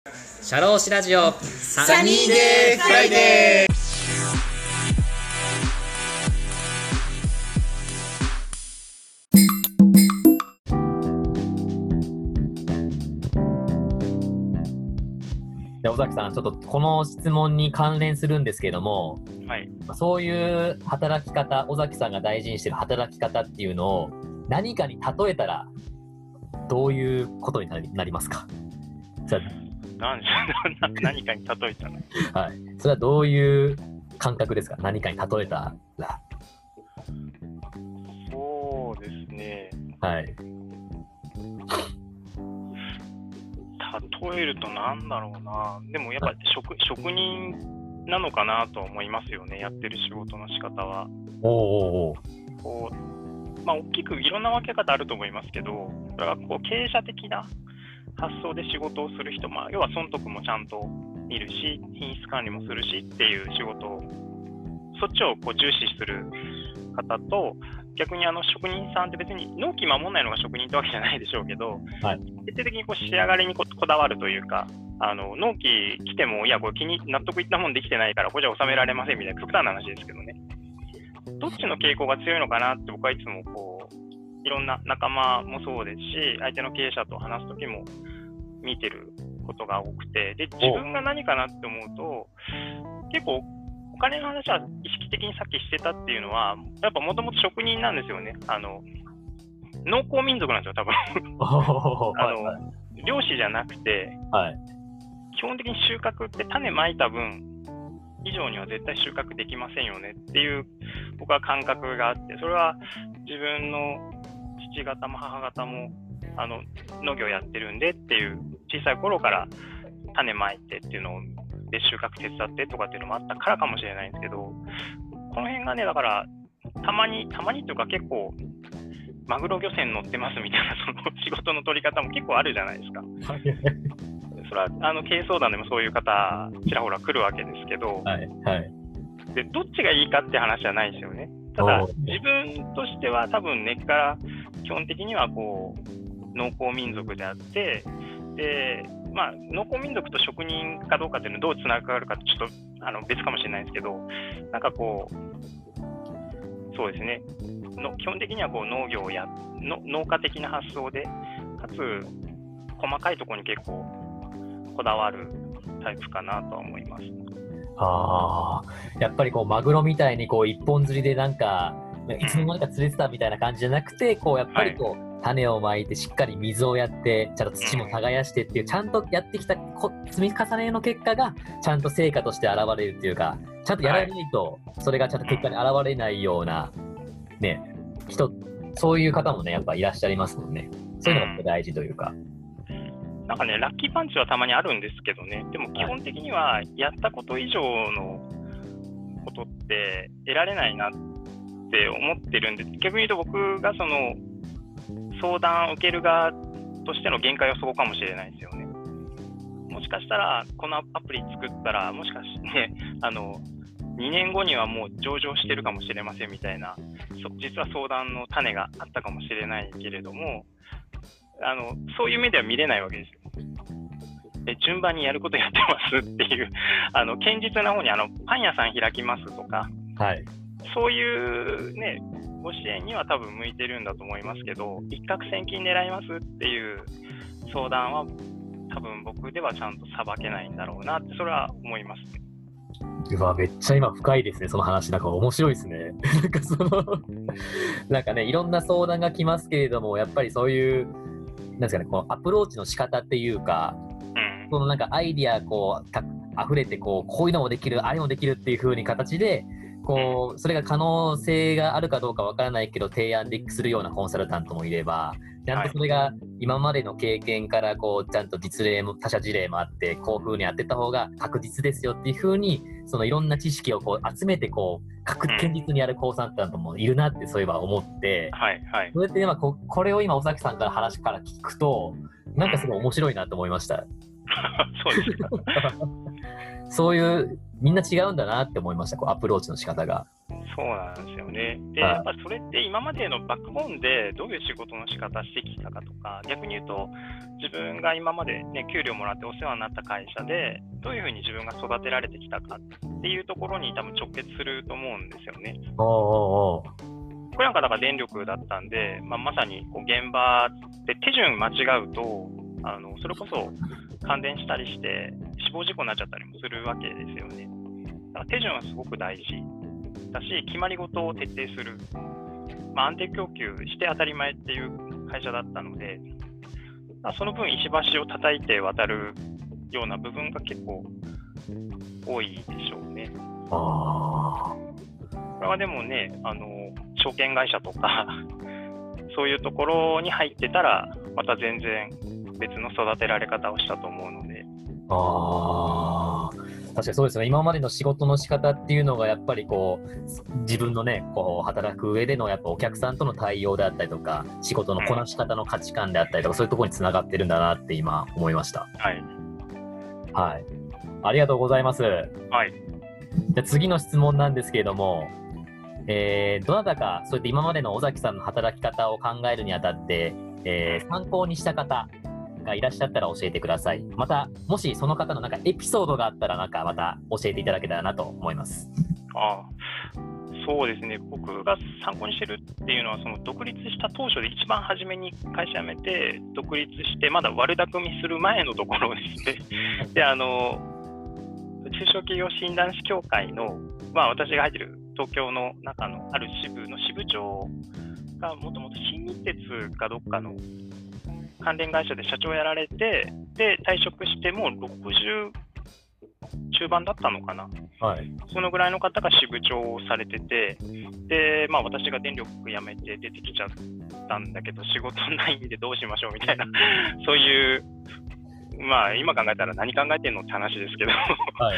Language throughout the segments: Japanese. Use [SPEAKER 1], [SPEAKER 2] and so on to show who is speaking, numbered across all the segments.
[SPEAKER 1] シャローシラジオ
[SPEAKER 2] サニーデーフライデー。
[SPEAKER 3] で、尾崎さん、ちょっとこの質問に関連するんですけれども、
[SPEAKER 4] はい、
[SPEAKER 3] そういう働き方、尾崎さんが大事にしている働き方っていうのを何かに例えたらどういうことになりますか？
[SPEAKER 4] 何かに例えたら、
[SPEAKER 3] はい、それはどういう感覚ですか？何かに例えたら。
[SPEAKER 4] そうですね、
[SPEAKER 3] はい。
[SPEAKER 4] 例えるとなんだろうな、でもやっぱり職人なのかなと思いますよね、やってる仕事の仕方は。大きくいろんな分け方あると思いますけど、それは経営者的な発想で仕事をする人、要は損得もちゃんと見るし、品質管理もするしっていう仕事を、そっちを重視する方と、逆に職人さんって別に納期守らないのが職人ってわけじゃないでしょうけど、
[SPEAKER 3] はい、
[SPEAKER 4] 徹底的に仕上がりにこだわるというか、納期来ても、いや、これ納得いったもんできてないから、これじゃ収められませんみたいな極端な話ですけどね。どっちの傾向が強いのかなって僕はいつもいろんな仲間もそうですし、相手の経営者と話すときも見てることが多くて、で、自分が何かなって思うと、結構お金の話は意識的にさっきしてたっていうのは、やっぱもともと職人なんですよね。農耕民族なんですよ、多分。漁師じゃなくて、
[SPEAKER 3] はい、
[SPEAKER 4] 基本的に収穫って種まいた分以上には絶対収穫できませんよねっていう僕は感覚があって、それは自分の父方も母方も農業やってるんでっていう、小さい頃から種まいてっていうのをで収穫手伝ってとかっていうのもあったからかもしれないんですけど、この辺がね、だからたまにというか結構マグロ漁船乗ってますみたいなその仕事の取り方も結構あるじゃないですか。それは経営相談でもそういう方ちらほら来るわけですけど、
[SPEAKER 3] はいはい、
[SPEAKER 4] でどっちがいいかって話じゃないですよね。ただ自分としては多分根っから基本的には農耕民族であって、で農耕民族と職人かどうかっていうのはどうつながるかちょっと別かもしれないですけど、なんかそうですね、基本的には農業や農家的な発想で、かつ細かいところに結構こだわるタイプかなとは思います。
[SPEAKER 3] やっぱりマグロみたいに一本釣りでなんかいつの間にか釣れてたみたいな感じじゃなくて、やっぱり種をまいてしっかり水をやってちゃんと土も耕してっていう、ちゃんとやってきた積み重ねの結果がちゃんと成果として現れるっていうか、ちゃんとやらないとそれがちゃんと結果に現れないようなね、そういう方もねやっぱいらっしゃいますもんね。そういうのが大事というか、
[SPEAKER 4] なんかね、ラッキーパンチはたまにあるんですけどね、でも基本的にはやったこと以上のことって得られないなって思ってるんで、逆に言うと僕がその相談を受ける側としての限界はそこかもしれないですよね。もしかしたらこのアプリ作ったら、もしかして2年後にはもう上場してるかもしれませんみたいな、実は相談の種があったかもしれないけれども、そういう目では見れないわけですよ。順番にやることやってますっていう堅実な方にパン屋さん開きますとか、
[SPEAKER 3] はい、
[SPEAKER 4] そういうねご支援には多分向いてるんだと思いますけど、一攫千金狙いますっていう相談は多分僕ではちゃんとさばけないんだろうなって、それは思いますね。
[SPEAKER 3] めっちゃ今深いですね、その話。なんか面白いですね。なんかね、いろんな相談が来ますけれども、やっぱりそういうなんですかね、アプローチの仕方っていうか、そのなんかアイディア溢れてこういうのもできる、あれもできるっていう風に形でそれが可能性があるかどうかわからないけど提案するようなコンサルタントもいれば、ちゃんとそれが今までの経験からちゃんと実例も他社事例もあって、こういう風にやってた方が確実ですよっていう風に、そのいろんな知識を集めて堅実にやるコンサルタントもいるなってそういえば思って、そうやってこれを今尾崎さんから話から聞くと、なんかすごい面白いなと思いました。
[SPEAKER 4] そうですか。
[SPEAKER 3] そういうみんな違うんだなって思いました。こうアプローチの仕方が。
[SPEAKER 4] そうなんですよね。で、
[SPEAKER 3] はい
[SPEAKER 4] やっぱそれって今までのバックボーンでどういう仕事の仕方してきたかとか、逆に言うと自分が今までね、給料もらってお世話になった会社でどういうふうに自分が育てられてきたかっていうところに多分直結すると思うんですよね。
[SPEAKER 3] おうおうおう。
[SPEAKER 4] これなんかだから電力だったんで、まさにこう現場で手順間違うとそれこそ感電したりして死亡事故になっちゃったりもするわけですよね。だから手順はすごく大事だし、決まり事を徹底する、安定供給して当たり前っていう会社だったので、その分石橋を叩いて渡るような部分が結構多いでしょうね。
[SPEAKER 3] あ
[SPEAKER 4] これはでもね、証券会社とかそういうところに入ってたらまた全然別の育てられ方をしたと思うので。
[SPEAKER 3] あー、確かにそうですね。今までの仕事の仕方っていうのがやっぱりこう自分のねこう働く上でのやっぱお客さんとの対応であったりとか仕事のこなし方の価値観であったりとか、そういうところにつながってるんだなって今思いました。
[SPEAKER 4] はい
[SPEAKER 3] はい、ありがとうございます。
[SPEAKER 4] はい。
[SPEAKER 3] じゃあ次の質問なんですけれども、どなたかそうやって今までの尾崎さんの働き方を考えるにあたって、参考にした方がいらっしゃったら教えてください。またもしその方のなんかエピソードがあったらなんかまた教えていただけたらなと思います。
[SPEAKER 4] そうですね。僕が参考にしてるっていうのは、その独立した当初で一番初めに会社辞めて独立してまだ悪巧みする前のところですね。で、中小企業診断士協会の、私が入ってる東京の中のある支部の支部長がもともと新日鉄かどっかの関連会社で社長をやられて、で退職してもう60中盤だったのかな、
[SPEAKER 3] はい、
[SPEAKER 4] そのぐらいの方が支部長をされてて、で、私が電力辞めて出てきちゃったんだけど仕事ないんでどうしましょうみたいなそういう今考えたら何考えてんのって話ですけど、はい、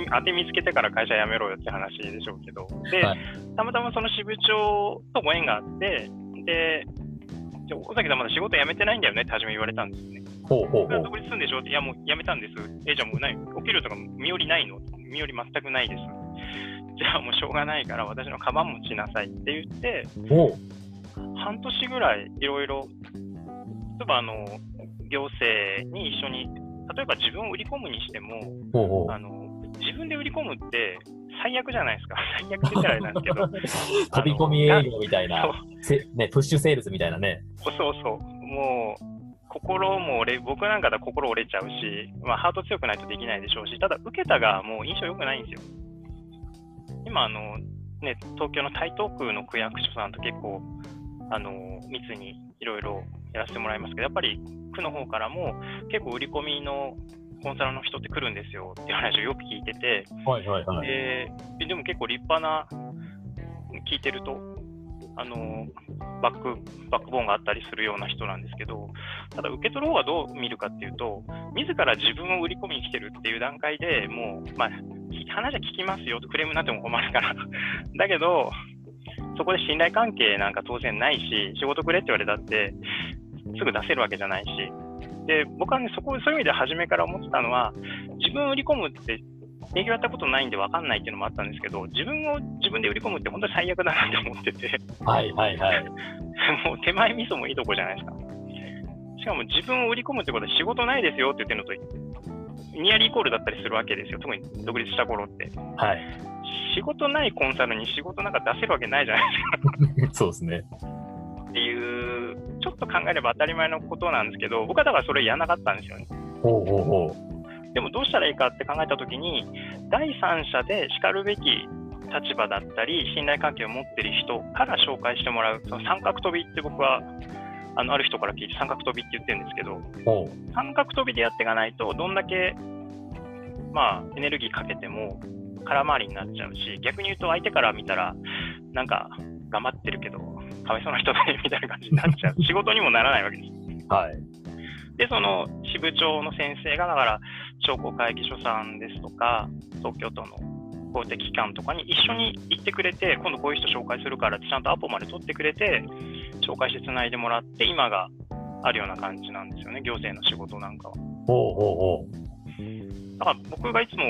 [SPEAKER 4] 当て見つけてから会社辞めろよって話でしょうけど、で、はい、たまたまその支部長とご縁があって、で、尾崎さんまだ仕事辞めてないんだよねって初め言われたんですよね。独立するんでしょって、いやもう辞めたんです。じゃあもうないお給料とか身寄りないの？身寄り全くないです。じゃあもうしょうがないから私のカバン持ちなさいって言って、半年ぐらいいろいろ、例えば行政に一緒に、例えば自分を売り込むにしても、自分で売り込むって最悪じゃないですか。最悪って言ったらあれなんですけど
[SPEAKER 3] 飛び込み営業みたいな、ね、プッシュセールスみたいなね。
[SPEAKER 4] そうもう心も僕なんかだと心折れちゃうし、ハート強くないとできないでしょうし、ただ受けたがもう印象良くないんですよ。今東京の台東区の区役所さんと結構密にいろいろやらせてもらいますけど、やっぱり区の方からも結構売り込みのコンサルの人って来るんですよっていう話をよく聞いてて、
[SPEAKER 3] はいはいはい、
[SPEAKER 4] でも結構立派な、聞いてるとバックボーンがあったりするような人なんですけど、ただ受け取る方はどう見るかっていうと、自ら自分を売り込みに来てるっていう段階でもう、話は聞きますよと、クレームになっても困るからだけどそこで信頼関係なんか当然ないし、仕事くれって言われたってすぐ出せるわけじゃないし、で僕はね、そういう意味で初めから思ってたのは、自分を売り込むって営業やったことないんで分かんないっていうのもあったんですけど、自分を自分で売り込むって本当に最悪だなって思ってて
[SPEAKER 3] はいはいはい
[SPEAKER 4] もう手前味噌もいいとこじゃないですか。しかも自分を売り込むってことは仕事ないですよって言ってるのとニアリーイコールだったりするわけですよ、特に独立した頃って。
[SPEAKER 3] はい、
[SPEAKER 4] 仕事ないコンサルに仕事なんか出せるわけないじゃないですか
[SPEAKER 3] そうですね。
[SPEAKER 4] っていう、ちょっと考えれば当たり前のことなんですけど、僕はだからそれやらなかったんですよね。でもどうしたらいいかって考えたときに、第三者でしかるべき立場だったり信頼関係を持っている人から紹介してもらう、その三角飛びって僕はある人から聞いて三角飛びって言ってるんですけど、三角飛びでやっていかないとどんだけエネルギーかけても空回りになっちゃうし、逆に言うと相手から見たらなんか頑張ってるけどかわいそうな人だねみたいな感じになっちゃう仕事にもならないわけです。はい。でその支部長の先生がだから商工会議所さんですとか東京都の公的機関とかに一緒に行ってくれて、今度こういう人紹介するからってちゃんとアポまで取ってくれて紹介してつないでもらって今があるような感じなんですよね、行政の仕事なんかは。だから僕がいつも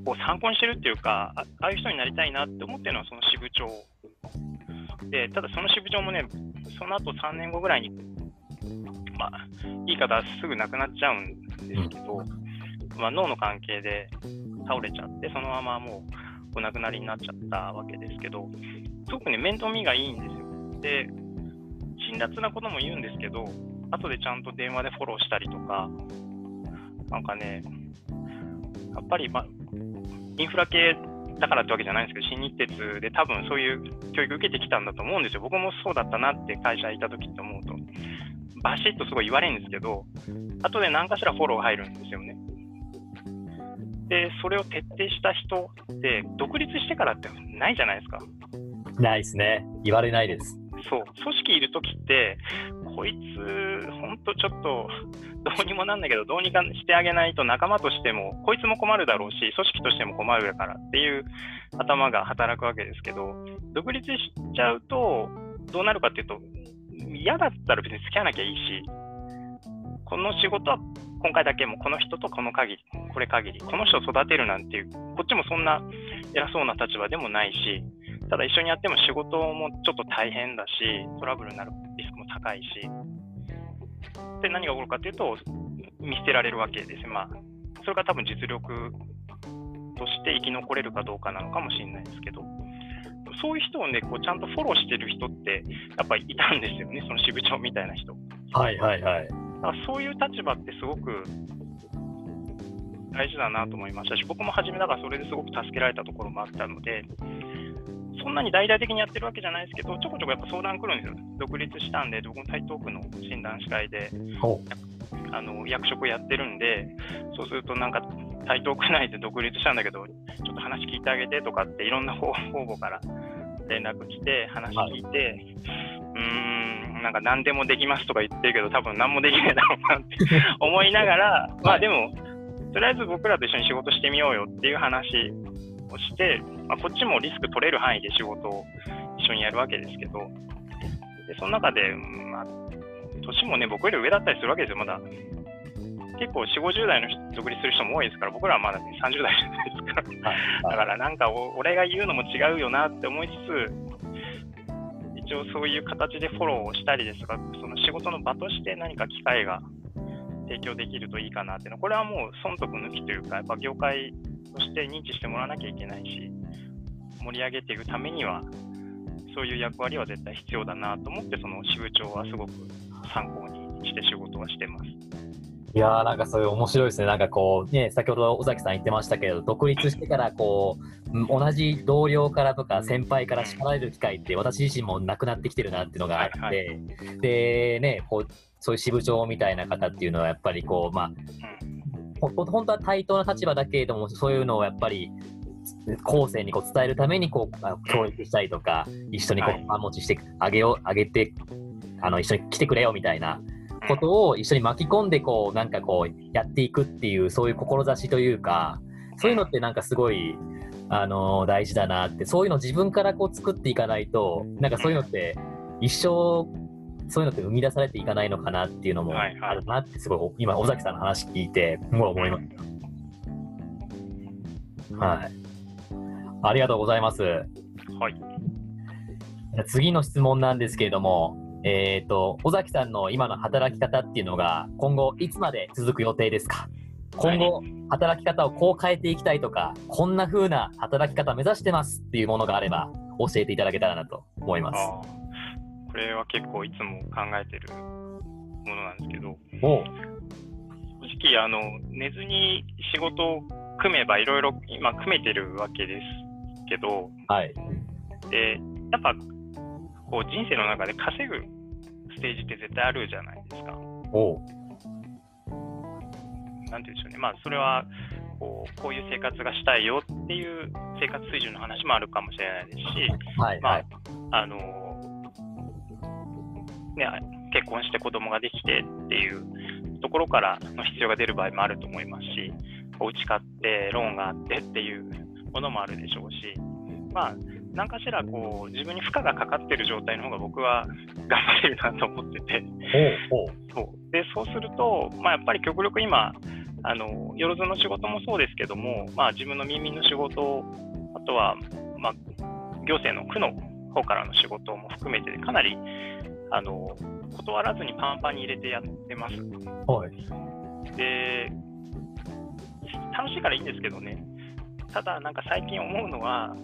[SPEAKER 4] こう参考にしてるっていうか、ああいう人になりたいなって思ってるのはその支部長で、ただその支部長もね、その後3年後ぐらいに、まあ、いい方はすぐ亡くなっちゃうんですけど、まあ、脳の関係で倒れちゃって、そのままもうお亡くなりになっちゃったわけですけど、すごくね、面倒見がいいんですよ。で、辛辣なことも言うんですけど、後でちゃんと電話でフォローしたりとか、なんかね、やっぱり、まあ、インフラ系だからってわけじゃないんですけど、新日鉄で多分そういう教育受けてきたんだと思うんですよ。僕もそうだったなって会社いた時って思うと、バシッとすごい言われるんですけど、後で何かしらフォローが入るんですよね。で、それを徹底した人って独立してからってないじゃないですか。
[SPEAKER 3] ないですね。言われないです。
[SPEAKER 4] そう、組織いるときって、こいつ、ほんとちょっと、どうにもなんないけど、どうにかしてあげないと仲間としても、こいつも困るだろうし、組織としても困るからっていう頭が働くわけですけど、独立しちゃうと、どうなるかっていうと、嫌だったら別に付き合わなきゃいいし、この仕事は今回だけもこの人とこの限り、これ限り、この人を育てるなんていう、こっちもそんな偉そうな立場でもないし、ただ一緒にやっても仕事もちょっと大変だし、トラブルになるリスクも高いし、で何が起こるかというと、見捨てられるわけです。まあ、それが多分実力として生き残れるかどうかなのかもしれないですけど、そういう人をね、こうちゃんとフォローしてる人って、やっぱりいたんですよね、その支部長みたいな人。
[SPEAKER 3] はいはいはい。
[SPEAKER 4] だからそういう立場ってすごく大事だなと思いましたし、僕も初めだからそれですごく助けられたところもあったので、そんなに大々的にやってるわけじゃないですけど、ちょこちょこやっぱ相談来るんですよ。独立したんで、僕も台東区の診断士会で役職やってるんで、そうするとなんか台東区内で独立したんだけど、ちょっと話聞いてあげてとかっていろんな方々から連絡来て、話聞いて、なんか何でもできますとか言ってるけど、多分何もできないだろうなって思いながら、まあでも、とりあえず僕らと一緒に仕事してみようよっていう話をして、まあ、こっちもリスク取れる範囲で仕事を一緒にやるわけですけど、でその中で、まあ、年もね、僕より上だったりするわけですよ、まだ。結構4、50代の人独立する人も多いですから、僕らはまだ、ね、30代じゃないですか。だからなんか俺が言うのも違うよなって思いつつ、一応そういう形でフォローをしたりですとか、その仕事の場として何か機会が提供できるといいかなっていうのは、これはもう損得抜きというか、やっぱ業界として認知してもらわなきゃいけないし、盛り上げていくためには、そういう役割は絶対必要だなと思って、その支部長はすごく参考にして仕事はしてます。
[SPEAKER 3] いやー、なんかそういう面白いですね。なんかこうね、先ほど尾崎さん言ってましたけど、独立してからこう同じ同僚からとか先輩から叱られる機会って私自身もなくなってきてるなっていうのがあって、はいはい、でね、こうそういう支部長みたいな方っていうのはやっぱりこう、まあ本当は対等な立場だけれども、そういうのをやっぱり後世にこう伝えるためにこう教育したりとか、一緒にこうパン持ちしてあげて一緒に来てくれよみたいなことを一緒に巻き込んでこうなんかこうやっていくっていう、そういう志というか、そういうのってなんかすごい大事だなって、そういうの自分からこう作っていかないと、なんかそういうのって一生そういうのって生み出されていかないのかなっていうのもあるなって、すごい今尾崎さんの話聞いてもう思いました。はい。ありがとうございます。はい。次の質問なんですけれども、尾崎さんの今の働き方っていうのが今後いつまで続く予定ですか？今後働き方をこう変えていきたいとか、こんな風な働き方目指してますっていうものがあれば教えていただけたらなと思います。
[SPEAKER 4] これは結構いつも考えてるものなんですけど、正直寝ずに仕事を組めばいろいろ今組めてるわけですけど、はい、でやっぱこう人生の中で稼ぐステージって絶対あるじゃないですか。なんて言うんでしょうね。まあそれはこういう生活がしたいよっていう生活水準の話もあるかもしれないですし、はい、まあね、結婚して子供ができてっていうところからの必要が出る場合もあると思いますし、お家買ってローンがあってっていうものもあるでしょうし、まあ何かしらこう自分に負荷がかかっている状態の方が僕は頑張れるなと思ってて、そうすると、まあ、やっぱり極力今よろずの仕事もそうですけども、自分の耳の仕事、あとは、行政の区の方からの仕事も含めて、かなり断らずにパンパンに入れてやってます。
[SPEAKER 3] はい。
[SPEAKER 4] で、楽しいからいいんですけどね、ただ、なんか最近思うのは、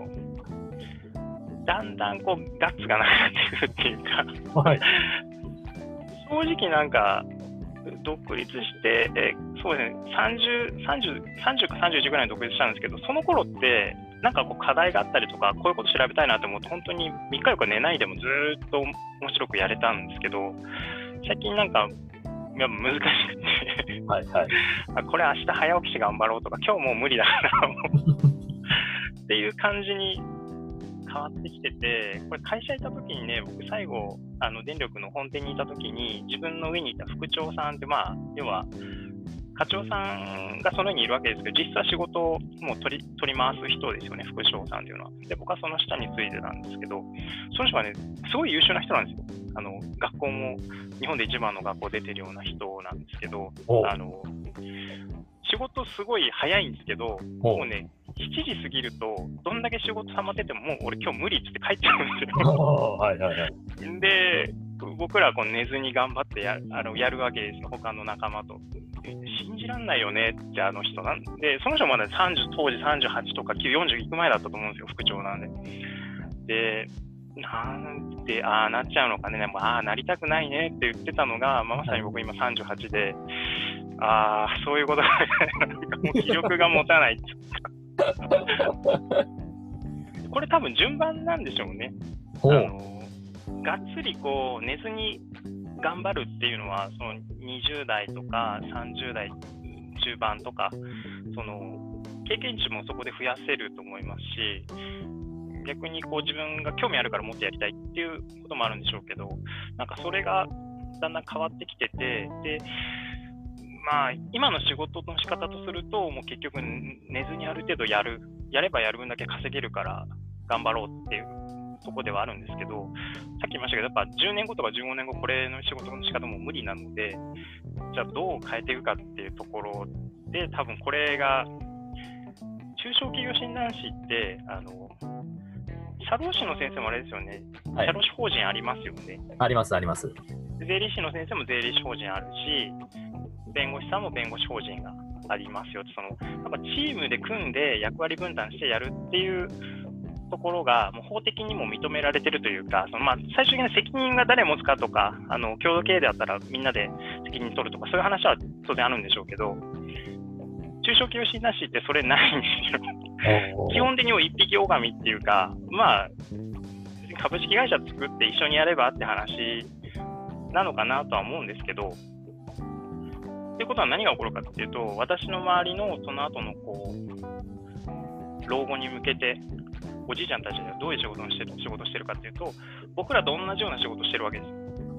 [SPEAKER 4] だんだんこうガッツがなくなってくるっていうか、
[SPEAKER 3] はい。
[SPEAKER 4] 正直なんか、独立して、そうですね、30か31ぐらいに独立したんですけど、その頃って、なんかこう課題があったりとか、こういうこと調べたいなと思うと、本当に3日4日寝ないでもずーっと面白くやれたんですけど、最近なんか、いや難しくて
[SPEAKER 3] はい。はい。
[SPEAKER 4] これ明日早起きして頑張ろうとか、今日もう無理だからっていう感じに変わってきてて、これ会社いた時にね、僕最後、電力の本店にいた時に、自分の上にいた副長さんって、要は、課長さんがその上にいるわけですけど、実は仕事をもう取り回す人ですよね、副長さんっていうのは。で、僕はその下についてたんですけど、その人はね、すごい優秀な人なんですよ。学校も日本で一番の学校出てるような人なんですけど、仕事すごい早いんですけど、もうね、7時過ぎると、どんだけ仕事溜まってても、もう俺今日無理って帰っちゃうんですよ。
[SPEAKER 3] はいはいはい。
[SPEAKER 4] で、僕らはこう寝ずに頑張ってやるわけですよ、他の仲間と。信じらんないよねって人なんで、その人まだ当時38とか40行く前だったと思うんですよ、副長なんで。で、なんでなっちゃうのかね、なりたくないねって言ってたのが、まさに僕今38で、そういうことがなんかもう気力が持たないってこれ多分順番なんでしょうね。がっつりこう寝ずに頑張るっていうのは、その20代とか30代中盤とか、その経験値もそこで増やせると思いますし、逆にこう自分が興味あるからもっとやりたいっていうこともあるんでしょうけど、なんかそれがだんだん変わってきてて、で、今の仕事の仕方とすると、もう結局寝ずにある程度やればやる分だけ稼げるから頑張ろうっていうところではあるんですけど、さっき言いましたけど、やっぱ10年後とか15年後、これの仕事の仕方も無理なので、じゃあどう変えていくかっていうところで、多分これが、中小企業診断士って、社労士の先生もあれですよね、社労士法人ありますよね。
[SPEAKER 3] あります、あります。
[SPEAKER 4] 税理士の先生も税理士法人あるし、弁護士さんも弁護士法人がありますよ。やっぱチームで組んで役割分担してやるっていうところがもう法的にも認められてるというか、最終的な責任が誰持つかとか、共同経営であったらみんなで責任取るとか、そういう話は当然あるんでしょうけど、中小企業診断士ってそれないんですよ。基本的には一匹狼っていうか、株式会社作って一緒にやればって話なのかなとは思うんですけど、ということは何が起こるかっていうと、私の周りのその後の老後に向けて、おじいちゃんたちがどういう仕事をしてるかっていうと、僕らと同じような仕事をしてるわけです。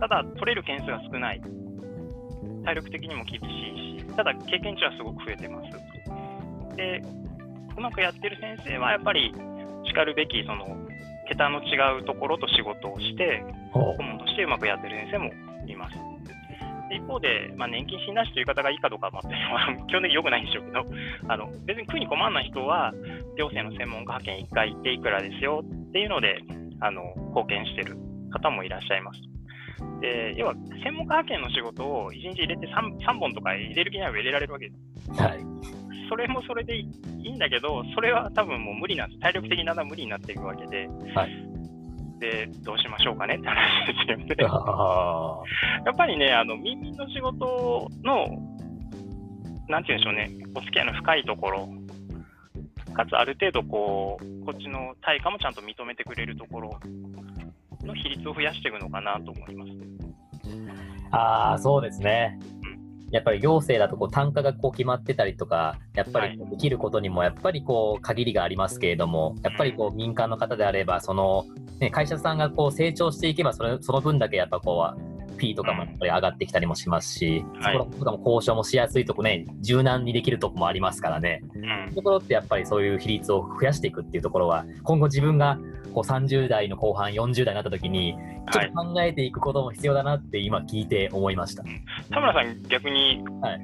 [SPEAKER 4] ただ、取れる件数が少ない。体力的にも厳しいし、ただ経験値はすごく増えてます。で、うまくやってる先生はやっぱりしかるべき桁の違うところと仕事をして、顧問としてうまくやってる先生もいます。一方で、年金診断士という言い方がいいかどうかは基本的に良くないんでしょうけど、別に苦に困らない人は、行政の専門家派遣1回行っていくらですよっていうので、貢献している方もいらっしゃいます。で、要は、専門家派遣の仕事を1日入れて 3本とか入れる気には入れられるわけです。
[SPEAKER 3] はい。
[SPEAKER 4] それもそれでいいんだけど、それは多分もう無理なんです。体力的にだんだん無理になっていくわけで。
[SPEAKER 3] はい。
[SPEAKER 4] で、どうしましょうかねって話ですよね。やっぱりね、耳の仕事の、なんていうんでしょうね、お付き合いの深いところ、かつある程度こっちの対価もちゃんと認めてくれるところの比率を増やしていくのかなと思います。
[SPEAKER 3] そうですね。やっぱり行政だと単価が決まってたりとか、やっぱりできることにもやっぱり限りがありますけれども、やっぱり民間の方であれば、会社さんが成長していけばその分だけやっぱP とかもやっぱり上がってきたりもしますし、そこらも交渉もしやすいとこね、柔軟にできるとこもありますからね。そういうところってやっぱりそういう比率を増やしていくっていうところは、今後自分が30代の後半、40代になった時に、ちょっと考えていくことも必要だなって今聞いて思いました。
[SPEAKER 4] 田村さん、逆に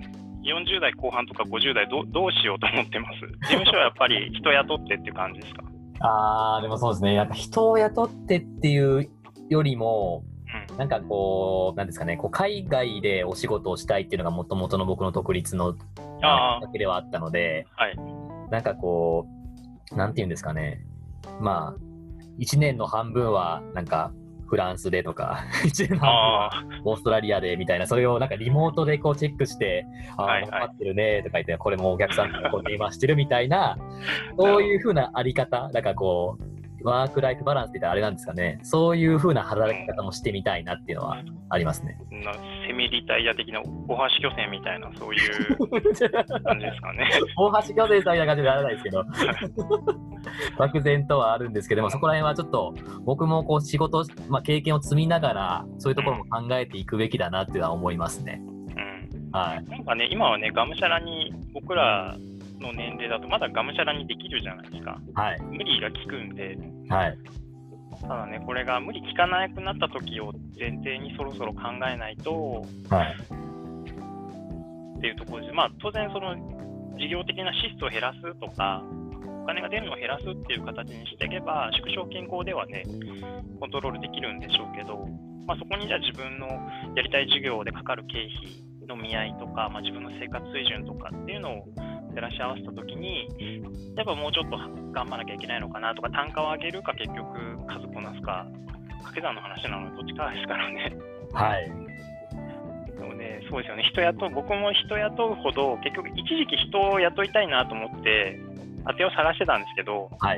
[SPEAKER 4] 40代後半とか50代どうしようと思ってます？事務所はやっぱり人雇ってっていう感じですか？
[SPEAKER 3] でもそうですね。なんか人を雇ってっていうよりも、なんかこう、なんですかね、こう海外でお仕事をしたいっていうのがもともとの僕の独立のだけではあったので、
[SPEAKER 4] はい、
[SPEAKER 3] なんかこう、なんていうんですかね、まあ、1年の半分はなんかフランスでとか、1年の半分はオーストラリアでみたいな、それをなんかリモートでこうチェックして、頑張ってるねとか言って、これもお客さんとこう電話してるみたいな、そういう風なあり方、なんかこう、ワークライフバランスって言ったらあれなんですかね、そういう風な働き方もしてみたいなっていうのはありますね。
[SPEAKER 4] セミリタイヤ的な大橋巨船みたいな、そういう感じですかね。
[SPEAKER 3] 大橋巨船さんみたいな感じではならないですけど、漠然とはあるんですけども、そこら辺はちょっと僕もこう仕事、経験を積みながら、そういうところも考えていくべきだなっていうのは思いますね。
[SPEAKER 4] はい。なんかね、今はね、がむしゃらに僕らの年齢だとまだがむしゃらにできるじゃないですか。
[SPEAKER 3] はい。
[SPEAKER 4] 無理が効くんで。
[SPEAKER 3] はい。
[SPEAKER 4] ただね、これが無理効かなくなった時を前提にそろそろ考えないと、
[SPEAKER 3] はい。
[SPEAKER 4] っていうところです。当然その事業的な支出を減らすとか、お金が出るのを減らすっていう形にしていけば、縮小均衡ではね、コントロールできるんでしょうけど、そこにじゃあ自分のやりたい事業でかかる経費の見合いとか、自分の生活水準とかっていうのを照らし合わせたときに、やっぱもうちょっと頑張らなきゃいけないのかなとか、単価を上げるか結局数こなすか、掛け算の話なのでどっちかですからね。
[SPEAKER 3] はい。
[SPEAKER 4] でもね、そうですよね。僕も人雇うほど、結局一時期人を雇いたいなと思って、当てを探してたんですけど、
[SPEAKER 3] はい。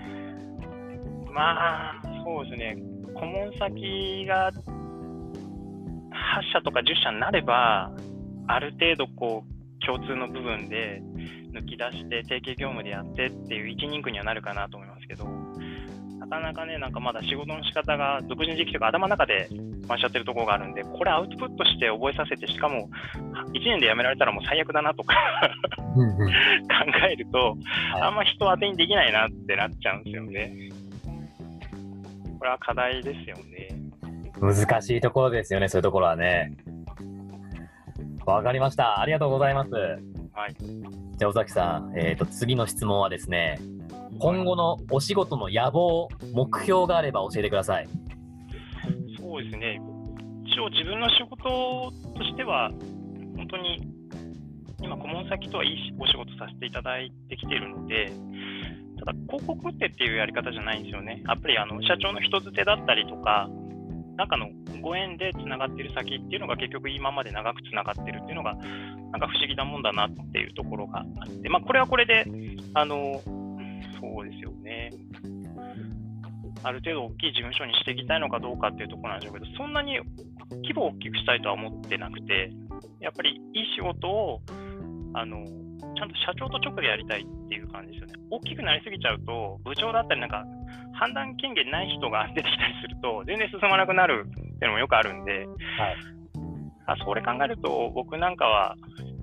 [SPEAKER 4] そうですね。顧問先が8社とか10社になれば、ある程度こう共通の部分で抜き出して定型業務でやってっていう一人区にはなるかなと思いますけど、なかなかね、なんかまだ仕事の仕方が独自の時期とか頭の中で回しちゃってるところがあるんで、これアウトプットして覚えさせて、しかも1年で辞められたらもう最悪だなとか考えると、あんま人当てにできないなってなっちゃうんですよね。これは課題ですよね。
[SPEAKER 3] 難しいところですよね、そういうところはね。わかりました。ありがとうございます。
[SPEAKER 4] はい。
[SPEAKER 3] じゃあ尾崎さん、次の質問はですね、今後のお仕事の野望、目標があれば教えてください。
[SPEAKER 4] そうですね。一応自分の仕事としては、本当に今顧問先とはいいお仕事させていただいてきているので、ただ広告っていうやり方じゃないんですよね。やっぱり社長の人づてだったりとか、中のご縁でつながっている先っていうのが結局今まで長くつながっているっていうのがなんか不思議なもんだなっていうところがあって、これはこれでそうですよね。ある程度大きい事務所にしていきたいのかどうかっていうところなんでしょうけど、そんなに規模を大きくしたいとは思ってなくて、やっぱりいい仕事をちゃんと社長と直でやりたいっていう感じですよね。大きくなりすぎちゃうと、部長だったりなんか判断権限ない人が出てきたりすると、全然進まなくなるっていうのもよくあるんで、はい、それ考えると、僕なんかは、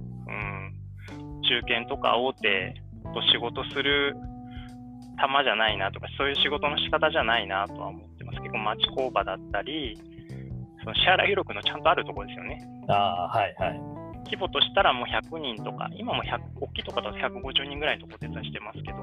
[SPEAKER 4] 中堅とか大手と仕事する玉じゃないなとか、そういう仕事の仕方じゃないなとは思ってます。結構町工場だったり、その支払い記録のちゃんとあるところですよね。
[SPEAKER 3] はいはい。
[SPEAKER 4] 規模としたらもう100人とか、今も大きいところだと150人ぐらいのところで手伝いしてますけど、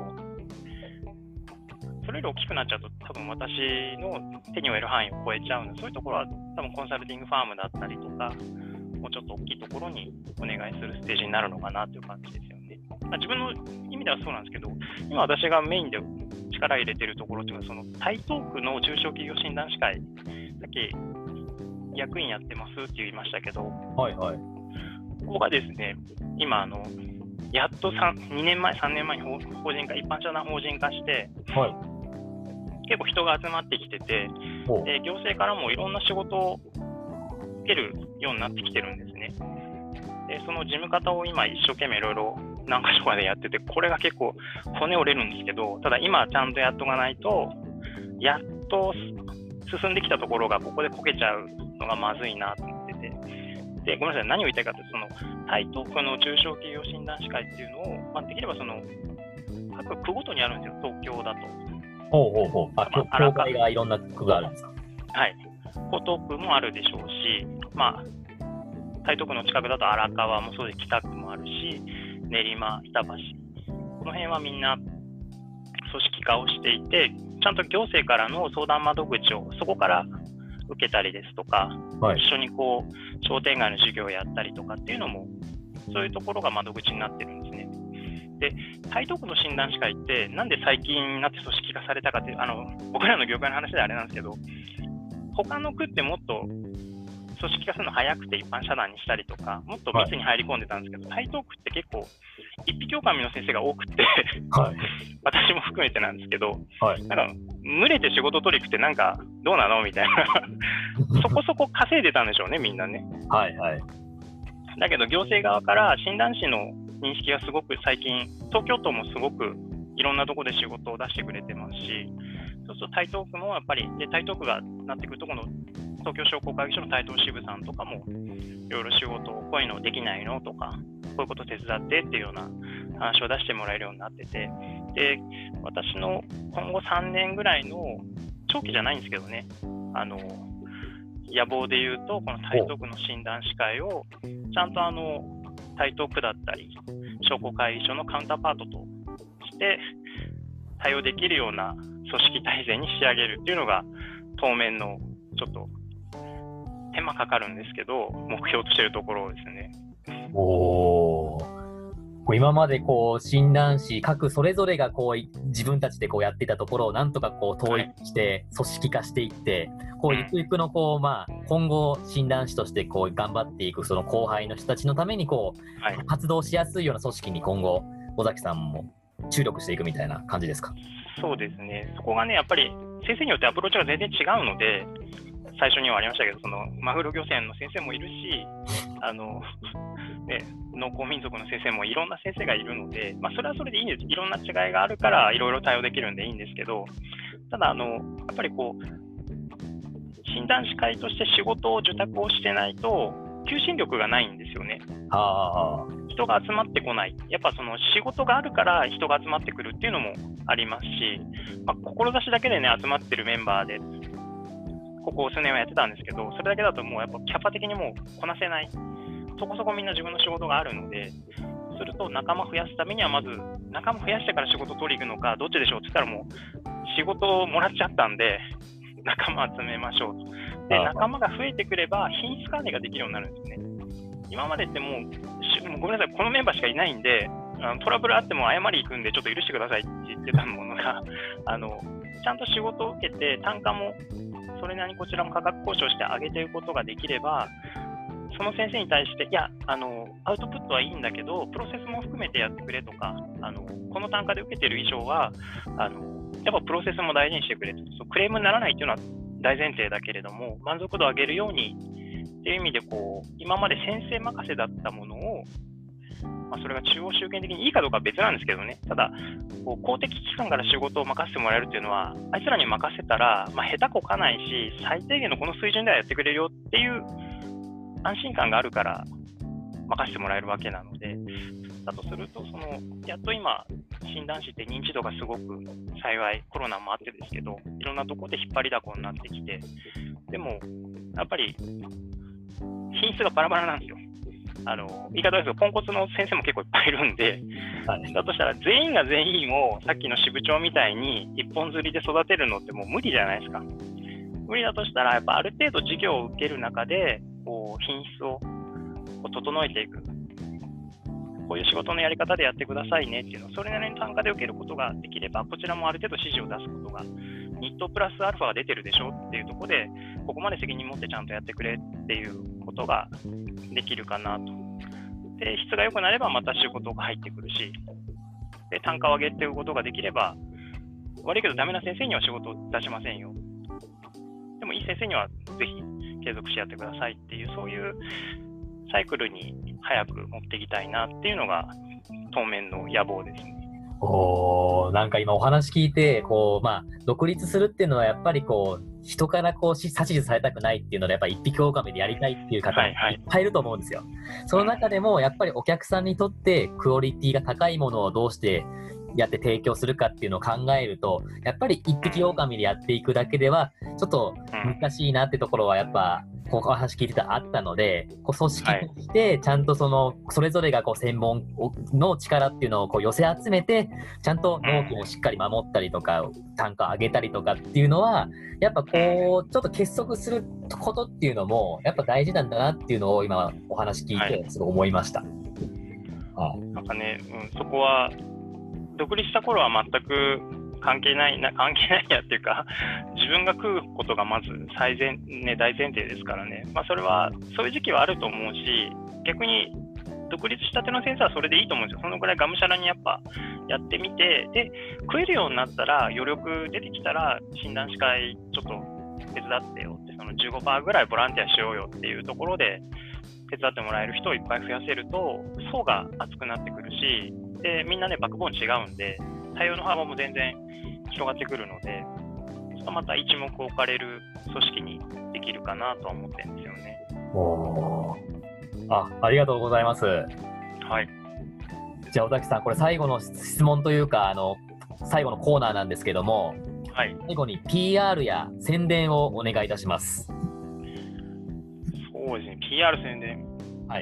[SPEAKER 4] それより大きくなっちゃうと多分私の手に負える範囲を超えちゃうので、そういうところは多分コンサルティングファームだったりとか、もうちょっと大きいところにお願いするステージになるのかなという感じですよね。自分の意味ではそうなんですけど、今私がメインで力入れてるところっていうのは、その台東区の中小企業診断士会、さっき役員やってますって言いましたけど、
[SPEAKER 3] はいはい。
[SPEAKER 4] ここがですね、今やっと2年前、3年前に法人化、一般社団法人化して、
[SPEAKER 3] はい、
[SPEAKER 4] 結構人が集まってきてて、行政からもいろんな仕事を受けるようになってきてるんですね。で、その事務方を今一生懸命いろいろ何か所かでやってて、これが結構骨折れるんですけど、ただ今ちゃんとやっとかないと、やっと進んできたところがここでこけちゃうのがまずいなと思ってて、で、ごめんなさい、何を言いたいかというと、その台東区の中小企業診断士会っていうのを、できればその各区ごとにあるんですよ、東京だと。
[SPEAKER 3] 教会がいろんな区があるんですか？
[SPEAKER 4] はい。江東区もあるでしょうし、台東区の近くだと荒川もそうで北区もあし、練馬、板橋、この辺はみんな組織化をしていて、ちゃんと行政からの相談窓口をそこから受けたりですとか、
[SPEAKER 3] はい、
[SPEAKER 4] 一緒にこう商店街の授業をやったりとかっていうのも、そういうところが窓口になってるんですね。で、台東区の診断士会って、なんで最近になって組織化されたかっていう、僕らの業界の話であれなんですけど、他の区ってもっと組織化するの早くて一般社団にしたりとか、もっと密に入り込んでたんですけど、台東区って結構、一匹狼の先生が多くて、
[SPEAKER 3] はい、
[SPEAKER 4] 私も含めてなんですけど、
[SPEAKER 3] はい、
[SPEAKER 4] なんか、群れて仕事取りに行くってなんか、どうなのみたいな、そこそこ稼いでたんでしょうね、みんなね。
[SPEAKER 3] はいはい、
[SPEAKER 4] だけど、行政側から診断士の認識がすごく最近、東京都もすごくいろんなところで仕事を出してくれてますし、そうすると台東区もやっぱり、で台東区がなってくるとこの東京商工会議所の台東支部さんとかもいろいろ仕事をこういうのできないのとか、こういうこと手伝ってっていうような話を出してもらえるようになってて、で私の今後3年ぐらいの長期じゃないんですけどね、野望で言うと、この台東区の診断士会をちゃんと台東区だったり商工会議所のカウンターパートとして対応できるような組織体制に仕上げるっていうのが当面のちょっと手間かかるんですけど目標としているところですね。
[SPEAKER 3] おー、今までこう診断士各それぞれがこう自分たちでこうやっていたところをなんとかこう統一して組織化していって、こうゆくゆくのこう、今後診断士としてこう頑張っていくその後輩の人たちのためにこう、活動しやすいような組織に今後尾崎さんも注力していくみたいな感じですか？
[SPEAKER 4] そうですね。そこがね、やっぱり先生によってアプローチが全然違うので、最初にはありましたけど、そのマグロ漁船の先生もいるし、農耕民族の先生もいろんな先生がいるので、それはそれでいいんです。いろんな違いがあるからいろいろ対応できるんでいいんですけど、ただやっぱりこう診断士会として仕事を受託をしてないと求心力がないんですよね。人が集まってこない。やっぱその仕事があるから人が集まってくるっていうのもありますし、志だけでね集まってるメンバーでここ数年はやってたんですけど、それだけだともうやっぱキャパ的にもうこなせない。そこそこみんな自分の仕事があるので、すると仲間増やすためにはまず仲間増やしてから仕事取り行くのかどっちでしょうって言ったら、もう仕事をもらっちゃったんで仲間集めましょうと。で、仲間が増えてくれば品質管理ができるようになるんですね。今までってもうごめんなさい、このメンバーしかいないんで、トラブルあっても謝り行くんでちょっと許してくださいって言ってたものがちゃんと仕事を受けて単価もそれなりにこちらも価格交渉して上げていくことができれば、その先生に対して、いやアウトプットはいいんだけどプロセスも含めてやってくれとか、この単価で受けてる以上はやっぱプロセスも大事にしてくれと。クレームにならないっていうのは大前提だけれども、満足度を上げるようにっていう意味でこう今まで先生任せだったものを、それが中央集権的にいいかどうかは別なんですけどね、ただこう公的機関から仕事を任せてもらえるっていうのは、あいつらに任せたら、下手こかないし最低限のこの水準ではやってくれるよっていう安心感があるから任せてもらえるわけなので、だとするとやっと今診断士って認知度がすごく幸いコロナもあってですけど、いろんなところで引っ張りだこになってきて、でもやっぱり品質がバラバラなんですよ。言い方ですけどポンコツの先生も結構いっぱいいるんで、だとしたら全員が全員をさっきの支部長みたいに一本釣りで育てるのってもう無理じゃないですか。無理だとしたらやっぱある程度授業を受ける中でこう品質を整えていく、こういう仕事のやり方でやってくださいねっていうのをそれなりに単価で受けることができれば、こちらもある程度指示を出すことが、日当プラスアルファが出てるでしょっていうところで、ここまで責任持ってちゃんとやってくれっていうことができるかなと。で、質が良くなればまた仕事が入ってくるし、で単価を上げていくことができれば、悪いけどダメな先生には仕事を出しませんよ。でもいい先生にはぜひ継続してやってくださいっていう、そういうサイクルに早く持っていきたいなっていうのが当面の野望ですね。
[SPEAKER 3] なんか今お話聞いて独立するっていうのはやっぱりこう人からこう指図されたくないっていうので、やっぱり一匹狼でやりたいっていう方がいっぱいいると思うんですよ。その中でもやっぱりお客さんにとってクオリティが高いものをどうしてやって提供するかっていうのを考えると、やっぱり一匹狼でやっていくだけではちょっと難しいなってところはやっぱこうお話聞いてたあったので、こう組織としてちゃんとそれぞれがこう専門の力っていうのをこう寄せ集めて、ちゃんと納期をしっかり守ったりとか単価を上げたりとかっていうのはやっぱこうちょっと結束することっていうのもやっぱ大事なんだなっていうのを今お話聞いてすごい思いました。
[SPEAKER 4] なんかね、そこは独立した頃は全く関係ないやっていうか、自分が食うことがまず大前提ですからね、それはそういう時期はあると思うし、逆に独立したての先生はそれでいいと思うんですよ。そのぐらいがむしゃらにやっぱやってみて、で食えるようになったら、余力出てきたら診断士会ちょっと手伝ってよって、その 15% ぐらいボランティアしようよっていうところで手伝ってもらえる人をいっぱい増やせると層が厚くなってくるし、でみんなねバックボーン違うんで対応の幅も全然広がってくるので、また一目置かれる組織にできるかなとは思ってるんですよね。
[SPEAKER 3] ありがとうございます。
[SPEAKER 4] はい。
[SPEAKER 3] じゃあ尾崎さん、これ最後の質問というか最後のコーナーなんですけども、
[SPEAKER 4] はい、
[SPEAKER 3] 最後に PR や宣伝をお願いいたします。
[SPEAKER 4] そうですね、PR 宣伝。
[SPEAKER 3] はい。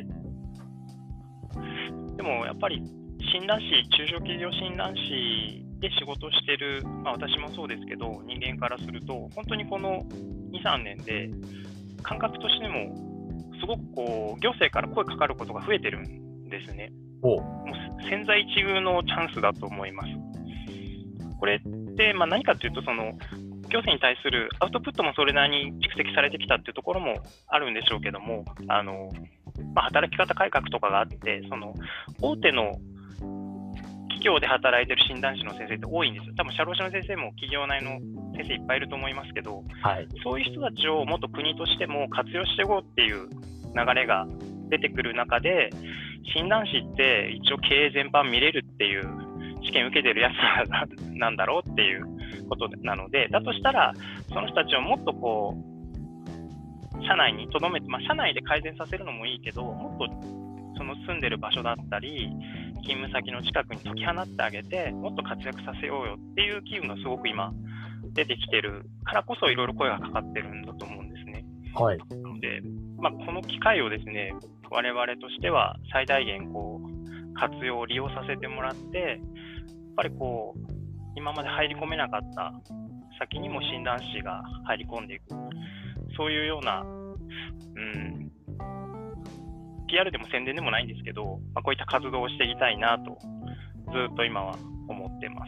[SPEAKER 4] でもやっぱり診断士、中小企業診断士で仕事をしている、私もそうですけど、人間からすると、本当にこの2、3年で感覚としてもすごくこう行政から声かかることが増えてるんですね。もう千載一遇のチャンスだと思います。これって何かというと、その行政に対するアウトプットもそれなりに蓄積されてきたっていうところもあるんでしょうけども、働き方改革とかがあって、その大手の企業で働いてる診断士の先生って多いんですよ。多分社労士の先生も企業内の先生いっぱいいると思いますけど、
[SPEAKER 3] はい、
[SPEAKER 4] そういう人たちをもっと国としても活用していこうっていう流れが出てくる中で、診断士って一応経営全般見れるっていう試験受けてるやつらなんだろうっていうことなので、だとしたらその人たちをもっとこう社内に留めて、社内で改善させるのもいいけど、もっとその住んでる場所だったり勤務先の近くに解き放ってあげて、もっと活躍させようよっていう機運がすごく今出てきてるからこそ、いろいろ声がかかってるんだと思うんですね。
[SPEAKER 3] はい。
[SPEAKER 4] なので、この機会をですね、我々としては最大限こう活用、利用させてもらって、やっぱりこう今まで入り込めなかった先にも診断士が入り込んでいく、そういうような、PR でも宣伝でもないんですけど、こういった活動をしていきたいなとずっと今は思ってます。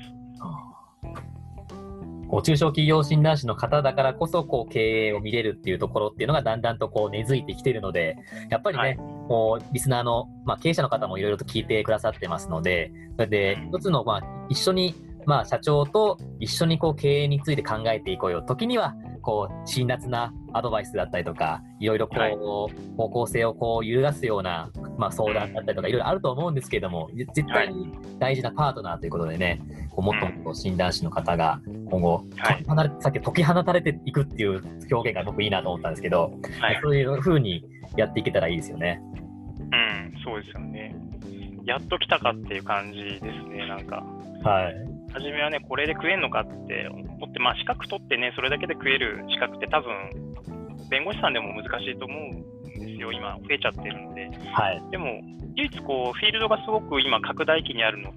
[SPEAKER 3] 中小企業診断士の方だからこそこう経営を見れるっていうところっていうのがだんだんとこう根付いてきているので、やっぱりね、こうリスナーの、経営者の方もいろいろと聞いてくださってますので、それで一つの、一緒に、社長と一緒にこう経営について考えていこうよ。時にはこう辛辣なアドバイスだったりとか、いろいろこう、方向性をこう揺るがすような、相談だったりとかいろいろあると思うんですけれども、絶対に大事なパートナーということでね、こうもっともっと診断士の方が今後、さっき解き放たれていくっていう表現が僕いいなと思ったんですけど、そういう風にやっていけたらいいですよね。
[SPEAKER 4] そうですよね。やっと来たかっていう感じですね。なんか、初めはね、これで食えんのかって思って、資格取ってね、それだけで食える資格って多分弁護士さんでも難しいと思うんですよ。今増えちゃってるので。でも唯一こうフィールドがすごく今拡大期にあるのって、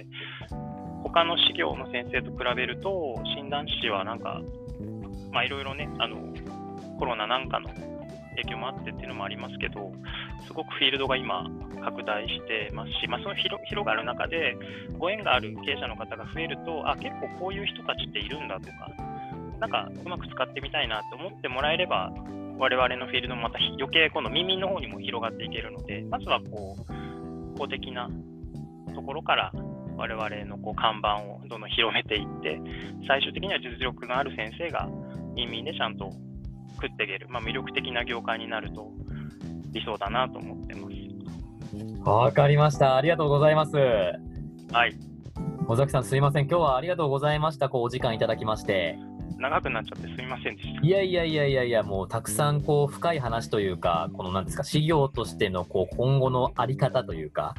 [SPEAKER 4] 他の事業の先生と比べると診断士はなんかいろいろね、コロナなんかの影響もあってっていうのもありますけど、すごくフィールドが今拡大してますし、その広がる中でご縁がある経営者の方が増えると、結構こういう人たちっているんだとか、なんかうまく使ってみたいなと思ってもらえれば、我々のフィールドもまた余計今度耳の方にも広がっていけるので、まずはこう公的なところから我々のこう看板をどんどん広めていって、最終的には実力のある先生が耳でちゃんと食っていける、魅力的な業界になると理想だなと思ってます。
[SPEAKER 3] わかりました。ありがとうございます。
[SPEAKER 4] はい。
[SPEAKER 3] 尾崎さん、すいません。今日はありがとうございました。お時間いただきまして。
[SPEAKER 4] 長くなっちゃってすいませんでした。
[SPEAKER 3] いや、もうたくさん深い話というか、この何ですか、事業としての今後のあり方というか、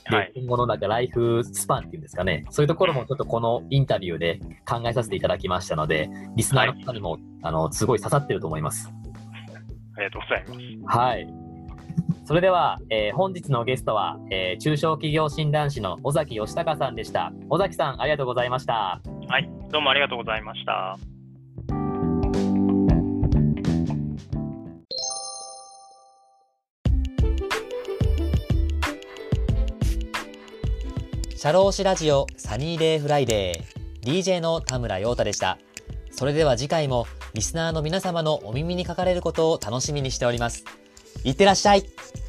[SPEAKER 3] で、今後のなんかライフスパンっていうんですかね、そういうところもちょっとこのインタビューで考えさせていただきましたので、リスナーの方にも、すごい刺さってると思います。
[SPEAKER 4] ありがとうございます。
[SPEAKER 3] はい。それでは、本日のゲストは、中小企業診断士の尾崎義孝さんでした。尾崎さん、ありがとうございました。
[SPEAKER 4] はい、どうもありがとうございました。
[SPEAKER 1] 社労士ラジオサニーデイフライデー DJ の田村陽太でした。それでは次回もリスナーの皆様のお耳にかかれることを楽しみにしております。いってらっしゃい。